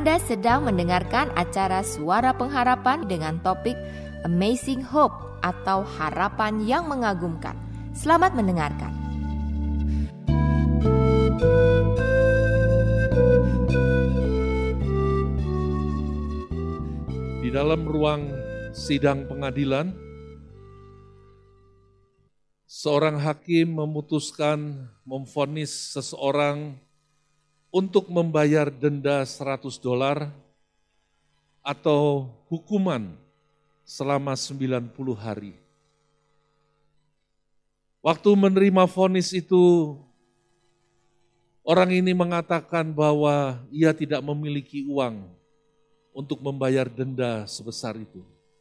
Anda sedang mendengarkan acara Suara Pengharapan dengan topik Amazing Hope atau harapan yang mengagumkan. Selamat mendengarkan. Di dalam ruang sidang pengadilan, seorang hakim memutuskan memvonis seseorang untuk membayar denda $100 atau hukuman selama 90 hari. Waktu menerima vonis itu, orang ini mengatakan bahwa ia tidak memiliki uang untuk membayar denda sebesar itu.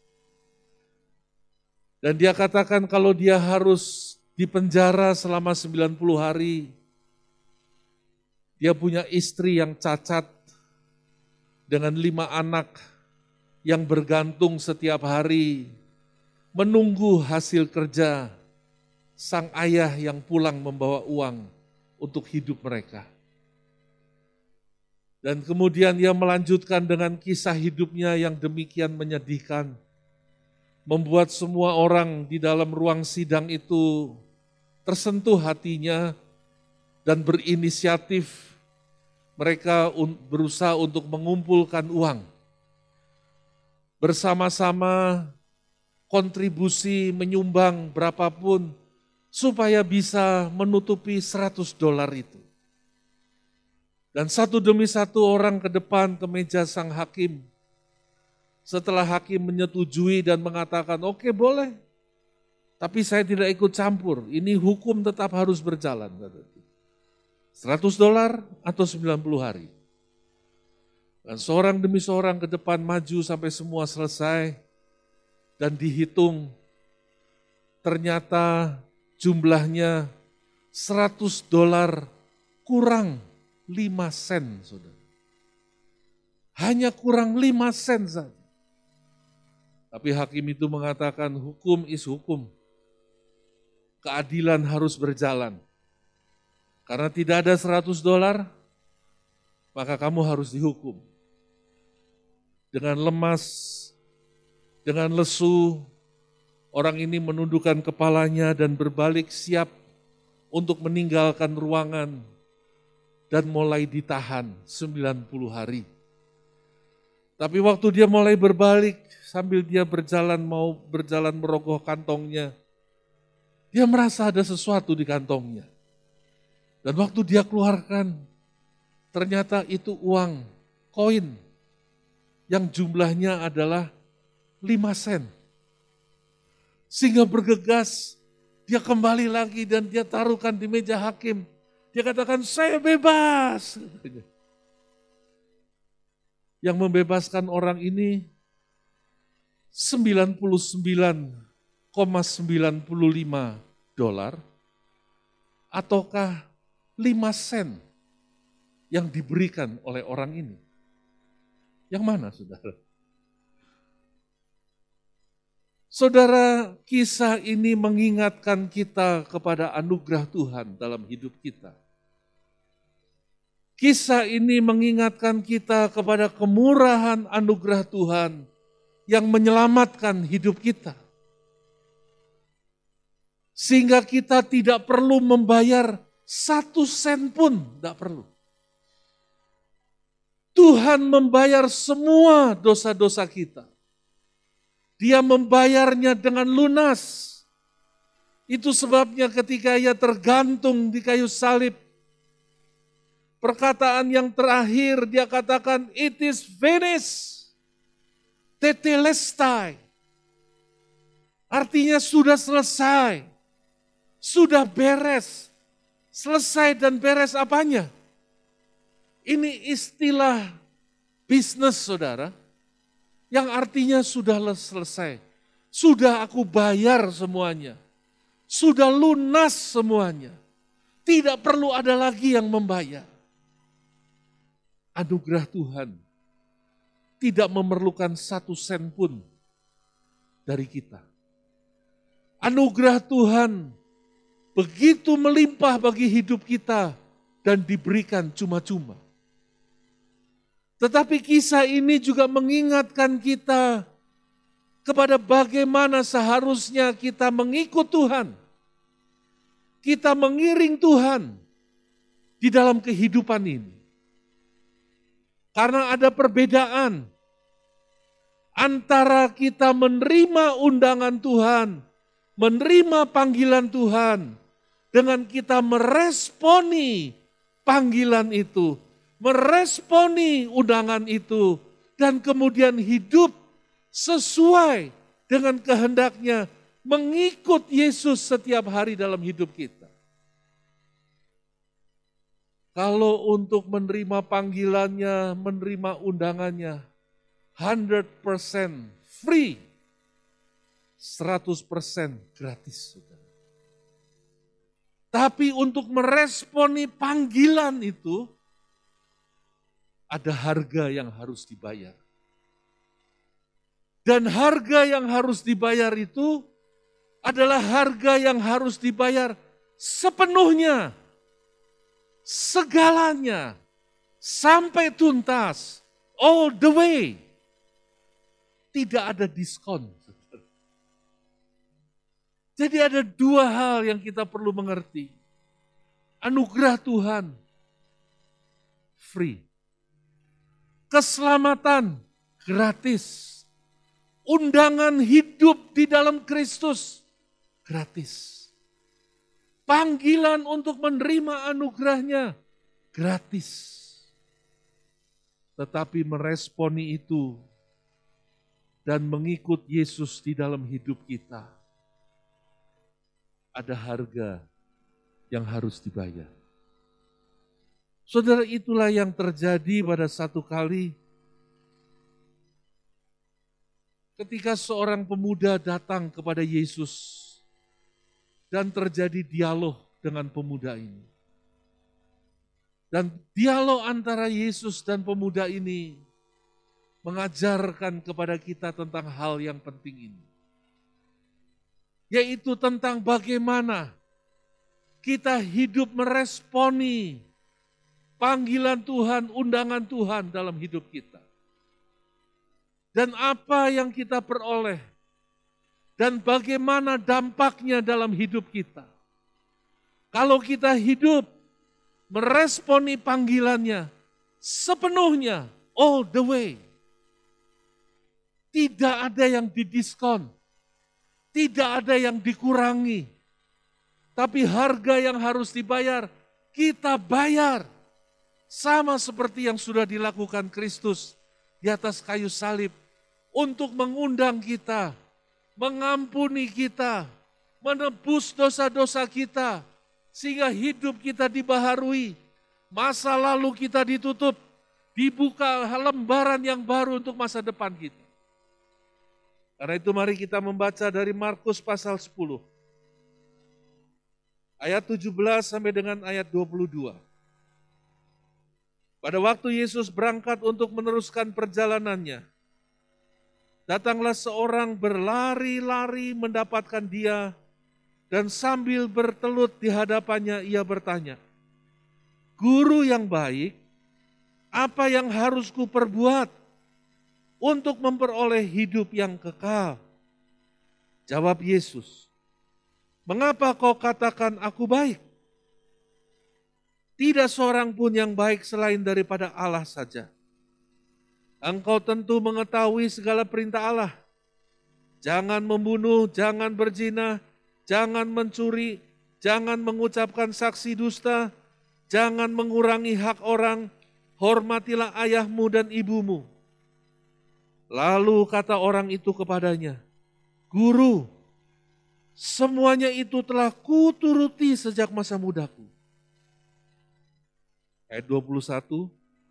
Dan dia katakan kalau dia harus dipenjara selama 90 hari, dia punya istri yang cacat dengan 5 anak yang bergantung setiap hari menunggu hasil kerja sang ayah yang pulang membawa uang untuk hidup mereka. Dan kemudian ia melanjutkan dengan kisah hidupnya yang demikian menyedihkan, membuat semua orang di dalam ruang sidang itu tersentuh hatinya dan berinisiatif. Mereka berusaha untuk mengumpulkan uang. Bersama-sama kontribusi menyumbang berapapun supaya bisa menutupi $100 itu. Dan satu demi satu orang ke depan ke meja sang hakim. Setelah hakim menyetujui dan mengatakan, oke, boleh. Tapi saya tidak ikut campur, ini hukum tetap harus berjalan. $100 atau 90 hari. Dan seorang demi seorang ke depan maju sampai semua selesai dan dihitung. Ternyata jumlahnya $100 kurang 5 sen, saudara. Hanya kurang 5 sen saja. Tapi hakim itu mengatakan hukum is hukum. Keadilan harus berjalan. Karena tidak ada $100, maka kamu harus dihukum. Dengan lemas, dengan lesu, orang ini menundukkan kepalanya dan berbalik siap untuk meninggalkan ruangan dan mulai ditahan 90 hari. Tapi waktu dia mulai berbalik, sambil dia mau berjalan merogoh kantongnya, dia merasa ada sesuatu di kantongnya. Dan waktu dia keluarkan, ternyata itu uang, koin, yang jumlahnya adalah 5 sen. Sehingga bergegas, dia kembali lagi dan dia taruhkan di meja hakim. Dia katakan, saya bebas. Yang membebaskan orang ini $99,95 ataukah 5 sen yang diberikan oleh orang ini. Yang mana, saudara? Saudara, kisah ini mengingatkan kita kepada anugerah Tuhan dalam hidup kita. Kisah ini mengingatkan kita kepada kemurahan anugerah Tuhan yang menyelamatkan hidup kita. Sehingga kita tidak perlu membayar 1 sen pun, tidak perlu. Tuhan membayar semua dosa-dosa kita. Dia membayarnya dengan lunas. Itu sebabnya ketika ia tergantung di kayu salib, perkataan yang terakhir dia katakan, it is finished. Tetelestai. Artinya sudah selesai. Sudah beres. Selesai dan beres apanya? Ini istilah bisnis, saudara, yang artinya sudah selesai. Sudah aku bayar semuanya. Sudah lunas semuanya. Tidak perlu ada lagi yang membayar. Anugerah Tuhan tidak memerlukan 1 sen pun dari kita. Anugerah Tuhan begitu melimpah bagi hidup kita dan diberikan cuma-cuma. Tetapi kisah ini juga mengingatkan kita kepada bagaimana seharusnya kita mengikut Tuhan. Kita mengiring Tuhan di dalam kehidupan ini. Karena ada perbedaan antara kita menerima undangan Tuhan, menerima panggilan Tuhan, dengan kita meresponi panggilan itu, meresponi undangan itu, dan kemudian hidup sesuai dengan kehendaknya, mengikut Yesus setiap hari dalam hidup kita. Kalau untuk menerima panggilannya, menerima undangannya, 100% free, 100% gratis. Tapi untuk meresponi panggilan itu, ada harga yang harus dibayar. Dan harga yang harus dibayar itu adalah harga yang harus dibayar sepenuhnya, segalanya, sampai tuntas, all the way. Tidak ada diskon. Jadi ada dua hal yang kita perlu mengerti. Anugerah Tuhan, free. Keselamatan, gratis. Undangan hidup di dalam Kristus, gratis. Panggilan untuk menerima anugerahnya, gratis. Tetapi meresponi itu dan mengikut Yesus di dalam hidup kita, ada harga yang harus dibayar. Saudara, itulah yang terjadi pada satu kali ketika seorang pemuda datang kepada Yesus dan terjadi dialog dengan pemuda ini. Dan dialog antara Yesus dan pemuda ini mengajarkan kepada kita tentang hal yang penting ini. Yaitu tentang bagaimana kita hidup meresponi panggilan Tuhan, undangan Tuhan dalam hidup kita. Dan apa yang kita peroleh. Dan bagaimana dampaknya dalam hidup kita. Kalau kita hidup meresponi panggilannya sepenuhnya, all the way. Tidak ada yang didiskon. Tidak ada yang dikurangi. Tapi harga yang harus dibayar, kita bayar. Sama seperti yang sudah dilakukan Kristus di atas kayu salib. Untuk mengundang kita, mengampuni kita, menebus dosa-dosa kita. Sehingga hidup kita dibaharui. Masa lalu kita ditutup. Dibuka lembaran yang baru untuk masa depan kita. Karena itu mari kita membaca dari Markus pasal 10. Ayat 17 sampai dengan ayat 22. Pada waktu Yesus berangkat untuk meneruskan perjalanannya, datanglah seorang berlari-lari mendapatkan dia, dan sambil bertelut di hadapannya ia bertanya, "Guru yang baik, apa yang harus kuperbuat untuk memperoleh hidup yang kekal?" Jawab Yesus, "Mengapa kau katakan aku baik? Tidak seorang pun yang baik selain daripada Allah saja. Engkau tentu mengetahui segala perintah Allah. Jangan membunuh, jangan berzina, jangan mencuri, jangan mengucapkan saksi dusta, jangan mengurangi hak orang, hormatilah ayahmu dan ibumu." Lalu kata orang itu kepadanya, "Guru, semuanya itu telah kuturuti sejak masa mudaku." Ayat 21,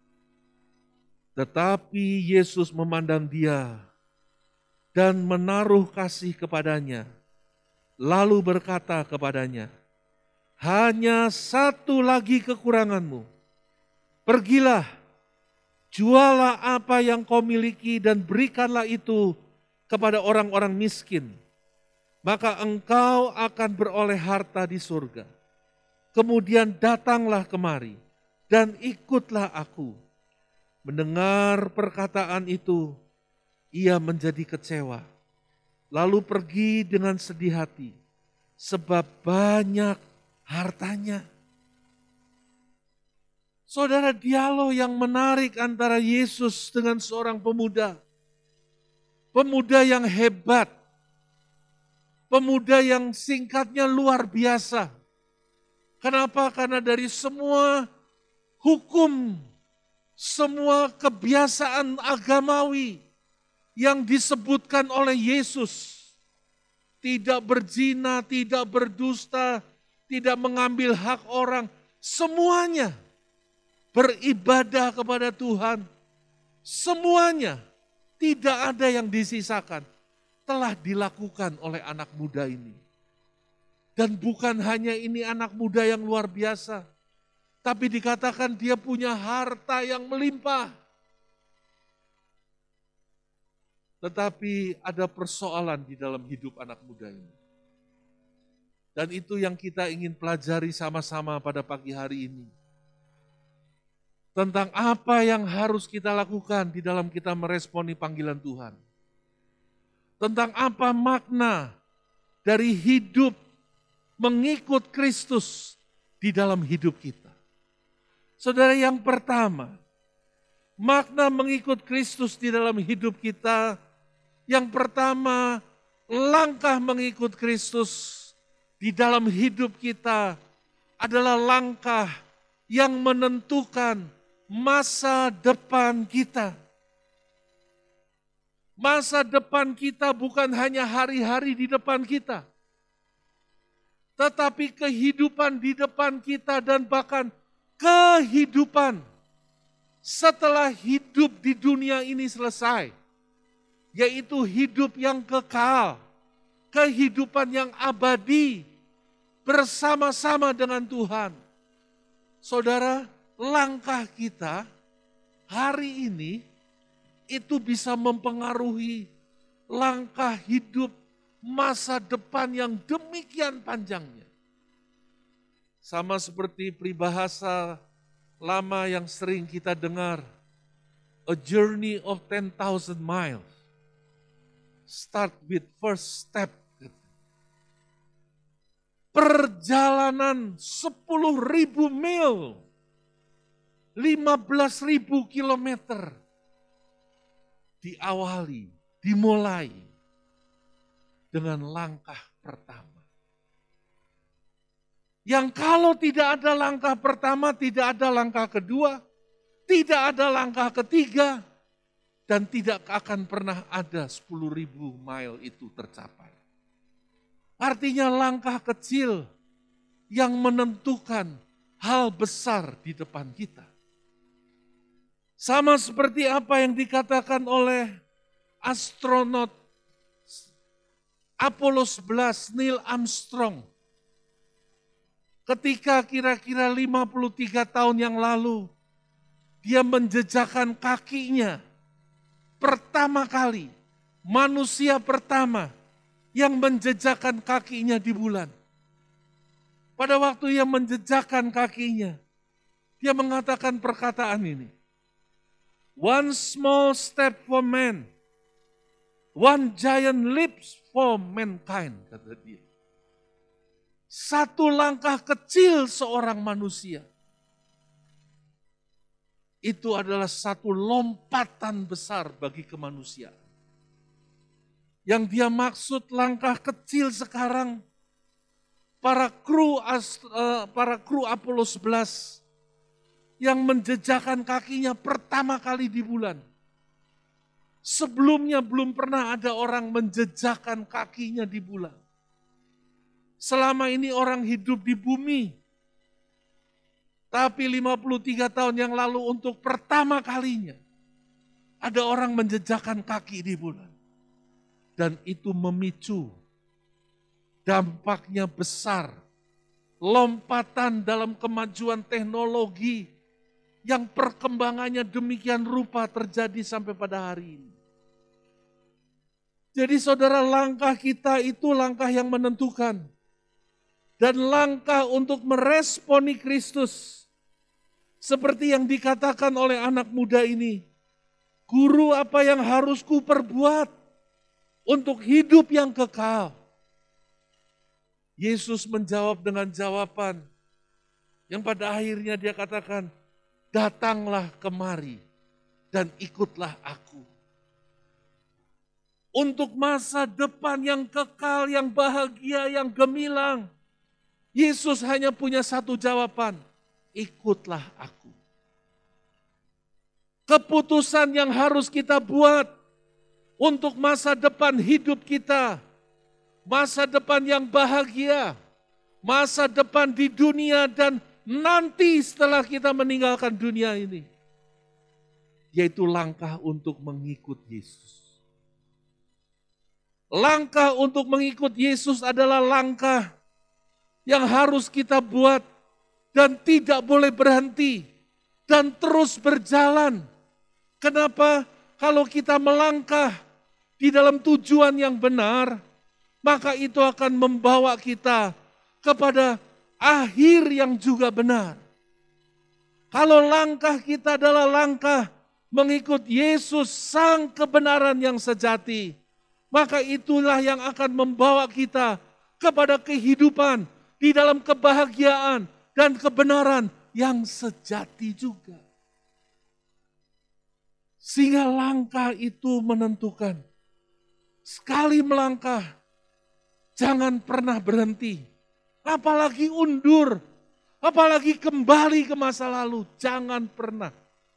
tetapi Yesus memandang dia dan menaruh kasih kepadanya, lalu berkata kepadanya, "Hanya satu lagi kekuranganmu. Pergilah, jualah apa yang kau miliki dan berikanlah itu kepada orang-orang miskin. Maka engkau akan beroleh harta di surga. Kemudian datanglah kemari dan ikutlah aku." Mendengar perkataan itu, ia menjadi kecewa, lalu pergi dengan sedih hati, sebab banyak hartanya. Saudara, dialog yang menarik antara Yesus dengan seorang pemuda. Pemuda yang hebat, pemuda yang singkatnya luar biasa. Kenapa? Karena dari semua hukum, semua kebiasaan agamawi yang disebutkan oleh Yesus, tidak berzina, tidak berdusta, tidak mengambil hak orang, semuanya beribadah kepada Tuhan, semuanya tidak ada yang disisakan, telah dilakukan oleh anak muda ini. Dan bukan hanya ini anak muda yang luar biasa, tapi dikatakan dia punya harta yang melimpah. Tetapi ada persoalan di dalam hidup anak muda ini. Dan itu yang kita ingin pelajari sama-sama pada pagi hari ini. Tentang apa yang harus kita lakukan di dalam kita meresponi panggilan Tuhan. Tentang apa makna dari hidup mengikut Kristus di dalam hidup kita. Saudara, yang pertama, makna mengikut Kristus di dalam hidup kita. Yang pertama, langkah mengikut Kristus di dalam hidup kita adalah langkah yang menentukan masa depan kita. Masa depan kita bukan hanya hari-hari di depan kita, tetapi kehidupan di depan kita dan bahkan kehidupan setelah hidup di dunia ini selesai, yaitu hidup yang kekal, kehidupan yang abadi bersama-sama dengan Tuhan. Saudara, langkah kita hari ini itu bisa mempengaruhi langkah hidup masa depan yang demikian panjangnya. Sama seperti peribahasa lama yang sering kita dengar, a journey of 10,000 miles. Start with first step. Perjalanan 10.000 mil, 15.000 kilometer diawali, dimulai dengan langkah pertama. Yang kalau tidak ada langkah pertama, tidak ada langkah kedua, tidak ada langkah ketiga, dan tidak akan pernah ada 10.000 mile itu tercapai. Artinya langkah kecil yang menentukan hal besar di depan kita. Sama seperti apa yang dikatakan oleh astronot Apollo 11 Neil Armstrong. Ketika kira-kira 53 tahun yang lalu, dia menjejakkan kakinya pertama kali, manusia pertama yang menjejakkan kakinya di bulan. Pada waktu ia menjejakkan kakinya, dia mengatakan perkataan ini. One small step for man, one giant leap for mankind, kata dia. Satu langkah kecil seorang manusia, itu adalah satu lompatan besar bagi kemanusiaan. Yang dia maksud langkah kecil sekarang, para kru Apollo 11 yang menjejakkan kakinya pertama kali di bulan. Sebelumnya belum pernah ada orang menjejakkan kakinya di bulan. Selama ini orang hidup di bumi. Tapi 53 tahun yang lalu untuk pertama kalinya ada orang menjejakkan kaki di bulan. Dan itu memicu dampaknya besar. Lompatan dalam kemajuan teknologi yang perkembangannya demikian rupa terjadi sampai pada hari ini. Jadi saudara, langkah kita itu langkah yang menentukan. Dan langkah untuk meresponi Kristus Seperti yang dikatakan oleh anak muda ini, Guru, apa yang harus ku perbuat untuk hidup yang kekal? Yesus menjawab dengan jawaban yang pada akhirnya dia katakan, datanglah kemari dan ikutlah aku. Untuk masa depan yang kekal, yang bahagia, yang gemilang, Yesus hanya punya satu jawaban, ikutlah aku. Keputusan yang harus kita buat untuk masa depan hidup kita, masa depan yang bahagia, masa depan di dunia dan nanti setelah kita meninggalkan dunia ini, yaitu langkah untuk mengikut Yesus. Langkah untuk mengikut Yesus adalah langkah yang harus kita buat dan tidak boleh berhenti dan terus berjalan. Kenapa? Kalau kita melangkah di dalam tujuan yang benar, maka itu akan membawa kita kepada akhir yang juga benar. Kalau langkah kita adalah langkah mengikut Yesus, sang kebenaran yang sejati, maka itulah yang akan membawa kita kepada kehidupan di dalam kebahagiaan dan kebenaran yang sejati juga. Sehingga langkah itu menentukan. Sekali melangkah, jangan pernah berhenti. Apalagi undur, apalagi kembali ke masa lalu, jangan pernah.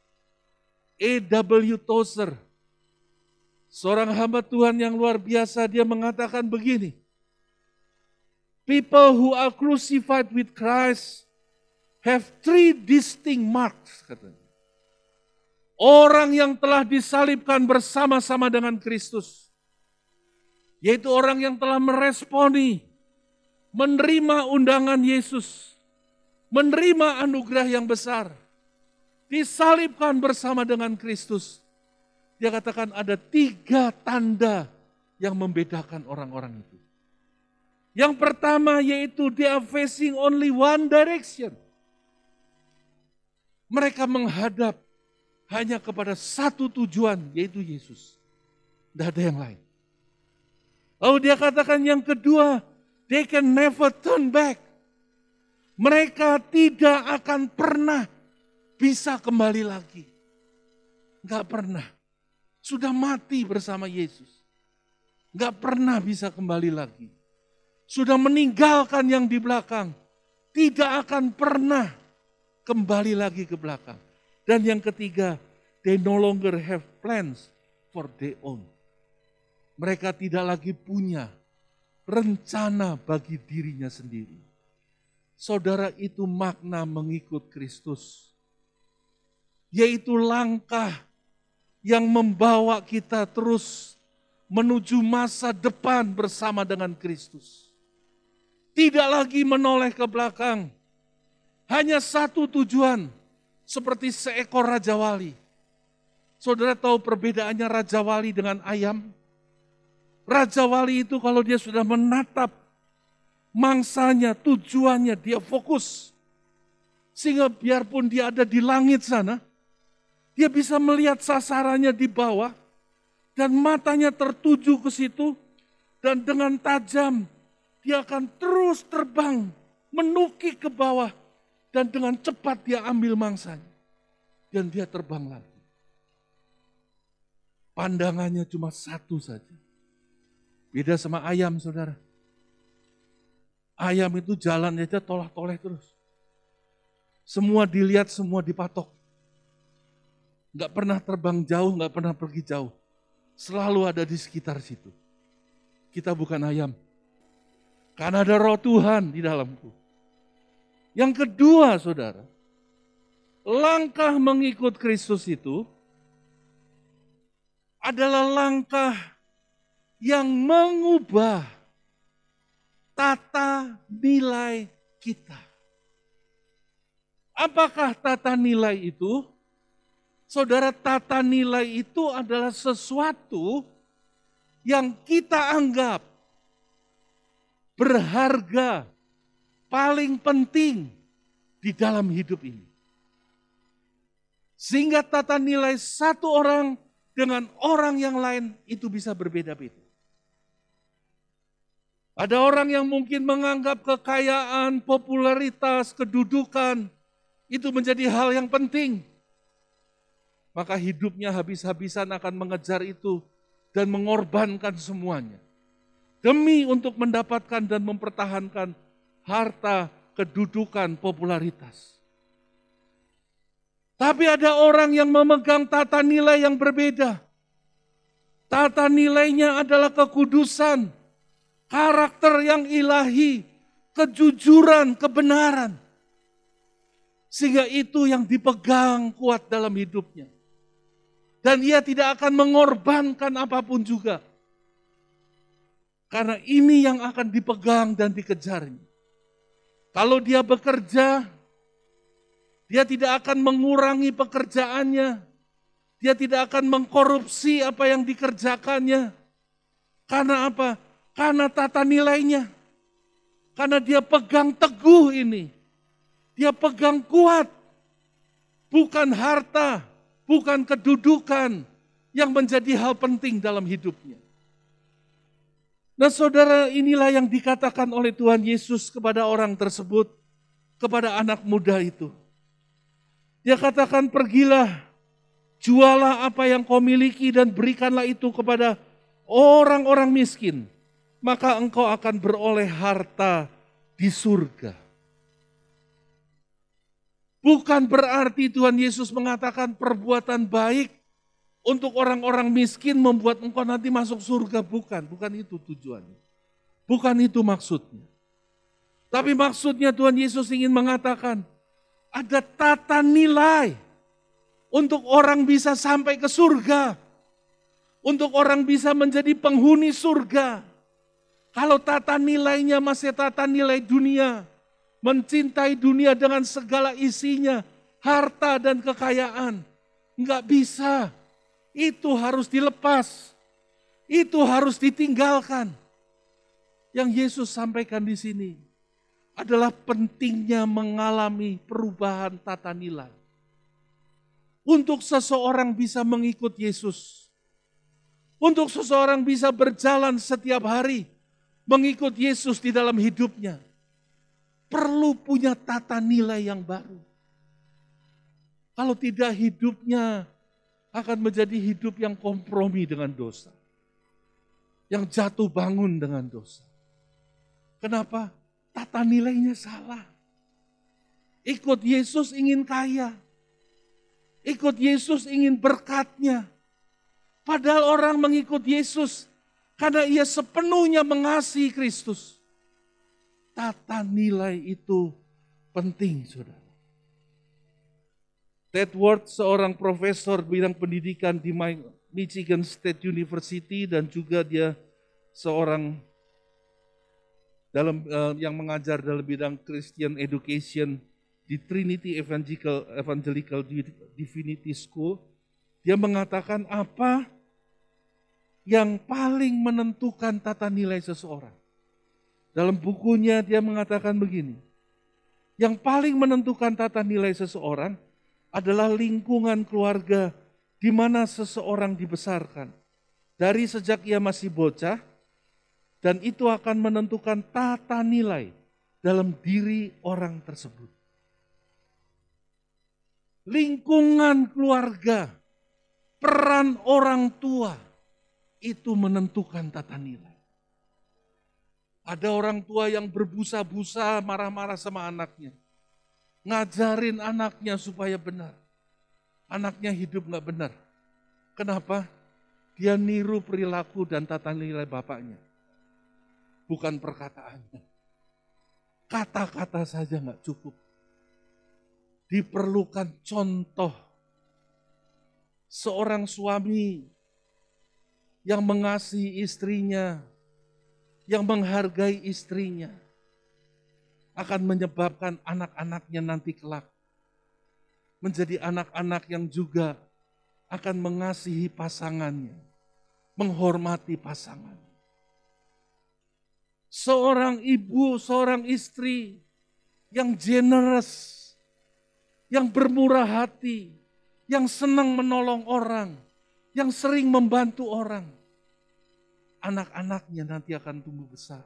A.W. Tozer, seorang hamba Tuhan yang luar biasa, dia mengatakan begini, people who are crucified with Christ have three distinct marks, katanya. Orang yang telah disalibkan bersama-sama dengan Kristus, yaitu orang yang telah meresponi, menerima undangan Yesus, menerima anugerah yang besar, disalibkan bersama dengan Kristus. Dia katakan ada 3 tanda yang membedakan orang-orang itu. Yang pertama yaitu they are facing only one direction. Mereka menghadap hanya kepada satu tujuan, yaitu Yesus. Tidak ada yang lain. Lalu dia katakan yang kedua, they can never turn back. Mereka tidak akan pernah bisa kembali lagi. Enggak pernah. Sudah mati bersama Yesus. Enggak pernah bisa kembali lagi. Sudah meninggalkan yang di belakang. Tidak akan pernah kembali lagi ke belakang. Dan yang ketiga, they no longer have plans for their own. Mereka tidak lagi punya rencana bagi dirinya sendiri. Saudara, itu makna mengikut Kristus. Yaitu langkah yang membawa kita terus menuju masa depan bersama dengan Kristus. Tidak lagi menoleh ke belakang. Hanya satu tujuan, seperti seekor Raja Wali. Saudara tahu perbedaannya Raja Wali dengan ayam? Raja Wali itu kalau dia sudah menatap mangsanya, tujuannya, dia fokus. Sehingga biarpun dia ada di langit sana, dia bisa melihat sasarannya di bawah, dan matanya tertuju ke situ, dan dengan tajam dia akan terus terbang, menukik ke bawah, dan dengan cepat dia ambil mangsanya. Dan dia terbang lagi. Pandangannya cuma satu saja. Beda sama ayam, saudara. Ayam itu jalan aja toleh-toleh terus. Semua dilihat, semua dipatok. Enggak pernah terbang jauh, enggak pernah pergi jauh. Selalu ada di sekitar situ. Kita bukan ayam. Karena ada roh Tuhan di dalamku. Yang kedua, saudara, langkah mengikut Kristus itu adalah langkah yang mengubah tata nilai kita. Apakah tata nilai itu? Saudara, tata nilai itu adalah sesuatu yang kita anggap berharga, paling penting di dalam hidup ini. Sehingga tata nilai satu orang dengan orang yang lain itu bisa berbeda-beda. Ada orang yang mungkin menganggap kekayaan, popularitas, kedudukan itu menjadi hal yang penting. Maka hidupnya habis-habisan akan mengejar itu dan mengorbankan semuanya. Demi untuk mendapatkan dan mempertahankan harta, kedudukan, popularitas. Tapi ada orang yang memegang tata nilai yang berbeda. Tata nilainya adalah kekudusan, karakter yang ilahi, kejujuran, kebenaran. Sehingga itu yang dipegang kuat dalam hidupnya. Dan ia tidak akan mengorbankan apapun juga. Karena ini yang akan dipegang dan dikejarnya. Kalau dia bekerja, dia tidak akan mengurangi pekerjaannya. Dia tidak akan mengkorupsi apa yang dikerjakannya. Karena apa? Karena tata nilainya. Karena dia pegang teguh ini. Dia pegang kuat. Bukan harta, bukan kedudukan yang menjadi hal penting dalam hidupnya. Nah saudara, inilah yang dikatakan oleh Tuhan Yesus kepada orang tersebut, kepada anak muda itu. Dia katakan, pergilah, jualah apa yang kau miliki dan berikanlah itu kepada orang-orang miskin. Maka engkau akan beroleh harta di surga. Bukan berarti Tuhan Yesus mengatakan perbuatan baik untuk orang-orang miskin membuat engkau nanti masuk surga. Bukan itu tujuannya. Bukan itu maksudnya. Tapi maksudnya Tuhan Yesus ingin mengatakan ada tata nilai untuk orang bisa sampai ke surga. Untuk orang bisa menjadi penghuni surga. Kalau tata nilainya masih tata nilai dunia, mencintai dunia dengan segala isinya, harta dan kekayaan, enggak bisa. Itu harus dilepas. Itu harus ditinggalkan. Yang Yesus sampaikan di sini adalah pentingnya mengalami perubahan tata nilai. Untuk seseorang bisa mengikut Yesus. Untuk seseorang bisa berjalan setiap hari mengikut Yesus di dalam hidupnya. Perlu punya tata nilai yang baru. Kalau tidak, hidupnya akan menjadi hidup yang kompromi dengan dosa. Yang jatuh bangun dengan dosa. Kenapa? Tata nilainya salah. Ikut Yesus ingin kaya. Ikut Yesus ingin berkatnya. Padahal orang mengikut Yesus karena ia sepenuhnya mengasihi Kristus. Tata nilai itu penting, saudara. Ted Ward, seorang profesor bidang pendidikan di Michigan State University dan juga dia seorang yang mengajar dalam bidang Christian Education di Trinity Evangelical Divinity School. Dia mengatakan apa yang paling menentukan tata nilai seseorang. Dalam bukunya dia mengatakan begini, yang paling menentukan tata nilai seseorang adalah lingkungan keluarga di mana seseorang dibesarkan. Dari sejak ia masih bocah, dan itu akan menentukan tata nilai dalam diri orang tersebut. Lingkungan keluarga, peran orang tua, itu menentukan tata nilai. Ada orang tua yang berbusa-busa, marah-marah sama anaknya. Ngajarin anaknya supaya benar. Anaknya hidup gak benar. Kenapa? Dia niru perilaku dan tata nilai bapaknya. Bukan perkataannya. Kata-kata saja gak cukup. Diperlukan contoh. Seorang suami yang mengasihi istrinya, yang menghargai istrinya, akan menyebabkan anak-anaknya nanti kelak menjadi anak-anak yang juga akan mengasihi pasangannya, menghormati pasangannya. Seorang ibu, seorang istri yang generous, yang bermurah hati, yang senang menolong orang, yang sering membantu orang. Anak-anaknya nanti akan tumbuh besar.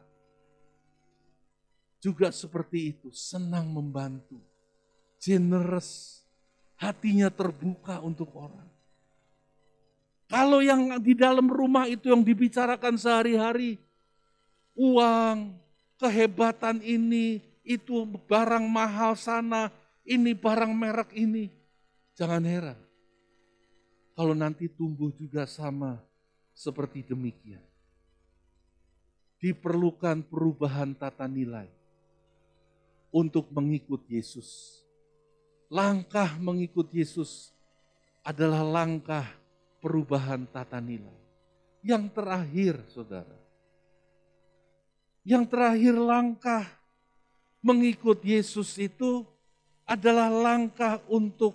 Juga seperti itu, senang membantu, generous, hatinya terbuka untuk orang. Kalau yang di dalam rumah itu yang dibicarakan sehari-hari, uang, kehebatan ini, itu barang mahal sana, ini barang merek ini. Jangan heran kalau nanti tumbuh juga sama seperti demikian. Diperlukan perubahan tata nilai untuk mengikut Yesus. Langkah mengikut Yesus adalah langkah perubahan tata nilai. Yang terakhir, saudara. Yang terakhir langkah mengikut Yesus itu adalah langkah untuk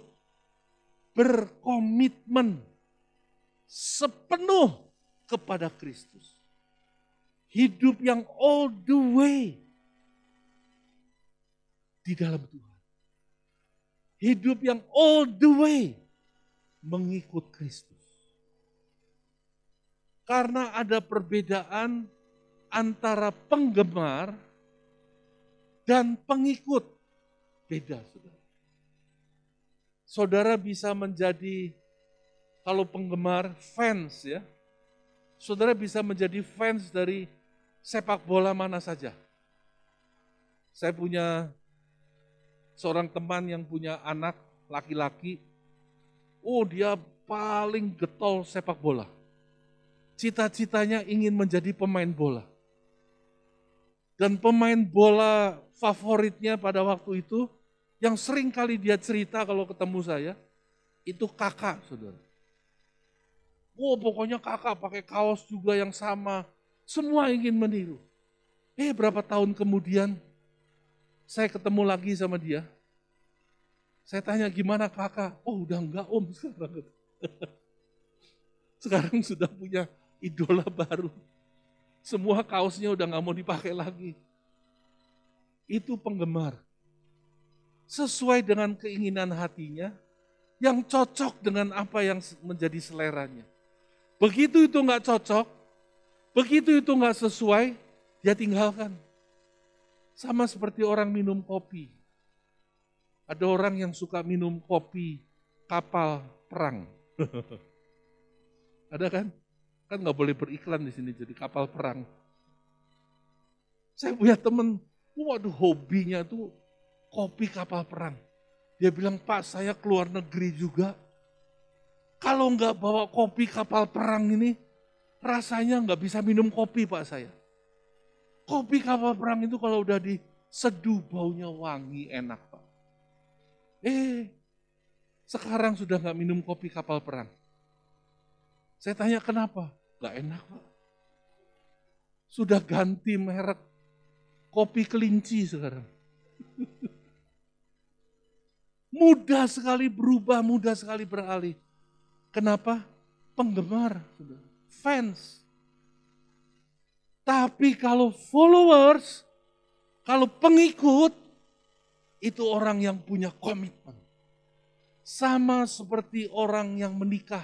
berkomitmen sepenuh kepada Kristus. Hidup yang all the way di dalam Tuhan. Hidup yang all the way mengikut Kristus. Karena ada perbedaan antara penggemar dan pengikut. Beda, saudara. Saudara bisa menjadi, kalau penggemar, fans ya. Saudara bisa menjadi fans dari sepak bola mana saja. Saya punya seorang teman yang punya anak laki-laki. Oh, dia paling getol sepak bola. Cita-citanya ingin menjadi pemain bola. Dan pemain bola favoritnya pada waktu itu, yang sering kali dia cerita kalau ketemu saya, itu Kakak, saudara. Oh, pokoknya Kakak pakai kaos juga yang sama. Semua ingin meniru. Berapa tahun kemudian, saya ketemu lagi sama dia. Saya tanya, gimana Kakak? Oh, udah enggak Om sekarang. Sekarang sudah punya idola baru. Semua kaosnya udah gak mau dipakai lagi. Itu penggemar. Sesuai dengan keinginan hatinya, yang cocok dengan apa yang menjadi seleranya. Begitu itu gak cocok, begitu itu gak sesuai, dia tinggalkan. Sama seperti orang minum kopi. Ada orang yang suka minum kopi kapal perang. Ada kan? Kan nggak boleh beriklan di sini jadi kapal perang. Saya punya teman, waduh hobinya tuh kopi kapal perang. Dia bilang, Pak saya keluar negeri juga. Kalau nggak bawa kopi kapal perang ini, rasanya nggak bisa minum kopi Pak saya. Kopi kapal perang itu kalau udah diseduh baunya wangi enak Pak. Sekarang sudah nggak minum kopi kapal perang. Saya tanya kenapa? Gak enak Pak. Sudah ganti merek kopi kelinci sekarang. Mudah sekali berubah, mudah sekali beralih. Kenapa? Penggemar, fans. Tapi kalau followers, kalau pengikut, itu orang yang punya komitmen. Sama seperti orang yang menikah.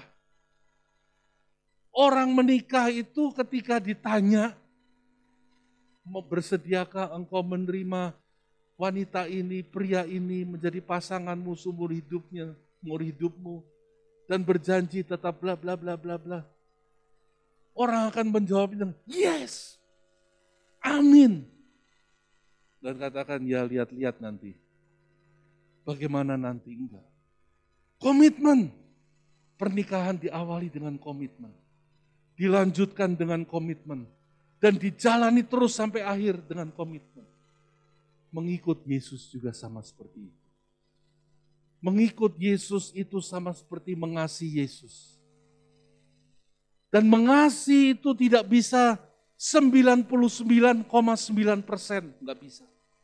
Orang menikah itu ketika ditanya, bersediakah engkau menerima wanita ini, pria ini menjadi pasanganmu seumur hidupnya, seumur hidupmu, dan berjanji tetap bla bla bla bla bla. Orang akan menjawab dengan yes, amin. Dan katakan ya lihat-lihat nanti. Bagaimana nanti enggak. Komitmen. Pernikahan diawali dengan komitmen. Dilanjutkan dengan komitmen. Dan dijalani terus sampai akhir dengan komitmen. Mengikut Yesus juga sama seperti itu. Mengikut Yesus itu sama seperti mengasihi Yesus. Dan mengasihi itu tidak bisa 99,9%, nggak bisa.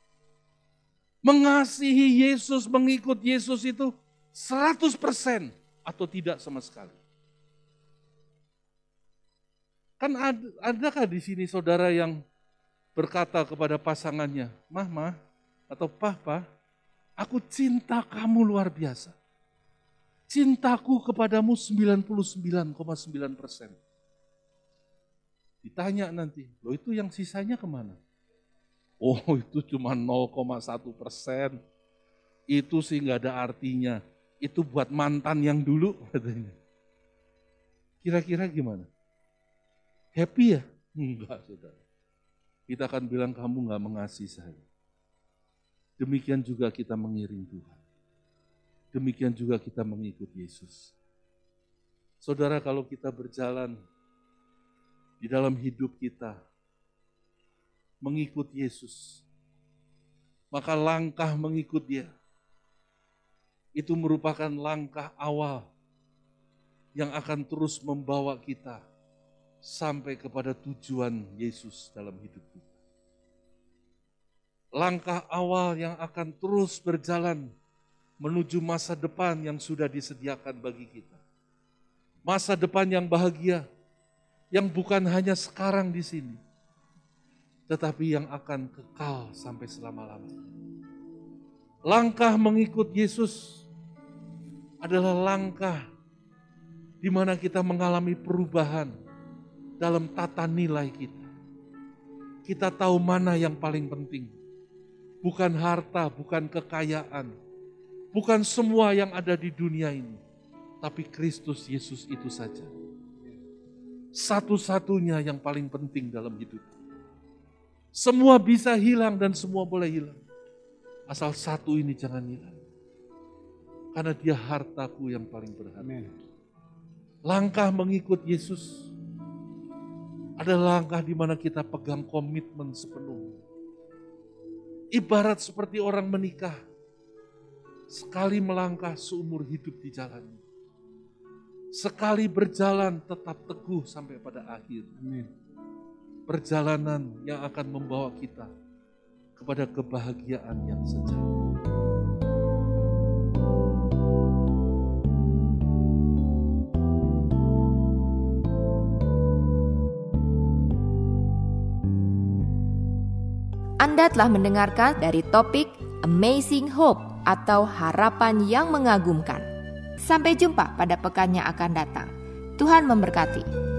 Mengasihi Yesus, mengikut Yesus itu 100% atau tidak sama sekali. Kan adakah di sini saudara yang berkata kepada pasangannya, Mah, atau Pah, aku cinta kamu luar biasa. cintaku kepadamu 99,9%. Ditanya nanti, loh itu yang sisanya kemana? Oh itu cuma 0,1%. Itu sih nggak ada artinya. Itu buat mantan yang dulu katanya. Kira-kira gimana? Happy ya? Enggak, saudara. Kita akan bilang kamu nggak mengasihi saya. Demikian juga kita mengiring Tuhan. Demikian juga kita mengikut Yesus. Saudara, kalau kita berjalan di dalam hidup kita, mengikut Yesus, maka langkah mengikut Dia, itu merupakan langkah awal yang akan terus membawa kita sampai kepada tujuan Yesus dalam hidup kita. Langkah awal yang akan terus berjalan menuju masa depan yang sudah disediakan bagi kita. Masa depan yang bahagia, yang bukan hanya sekarang di sini, tetapi yang akan kekal sampai selama-lamanya. Langkah mengikut Yesus adalah langkah di mana kita mengalami perubahan dalam tata nilai kita. Kita tahu mana yang paling penting. Bukan harta, bukan kekayaan, bukan semua yang ada di dunia ini, tapi Kristus Yesus itu saja. Satu-satunya yang paling penting dalam hidup. Semua bisa hilang dan semua boleh hilang. Asal satu ini jangan hilang. Karena Dia hartaku yang paling berharga. Langkah mengikut Yesus adalah langkah di mana kita pegang komitmen sepenuhnya. Ibarat seperti orang menikah, sekali melangkah seumur hidup di jalannya. Sekali berjalan tetap teguh sampai pada akhir. Amin. Perjalanan yang akan membawa kita kepada kebahagiaan yang sejati. Anda telah mendengarkan dari topik Amazing Hope atau harapan yang mengagumkan. Sampai jumpa pada pekan yang akan datang. Tuhan memberkati.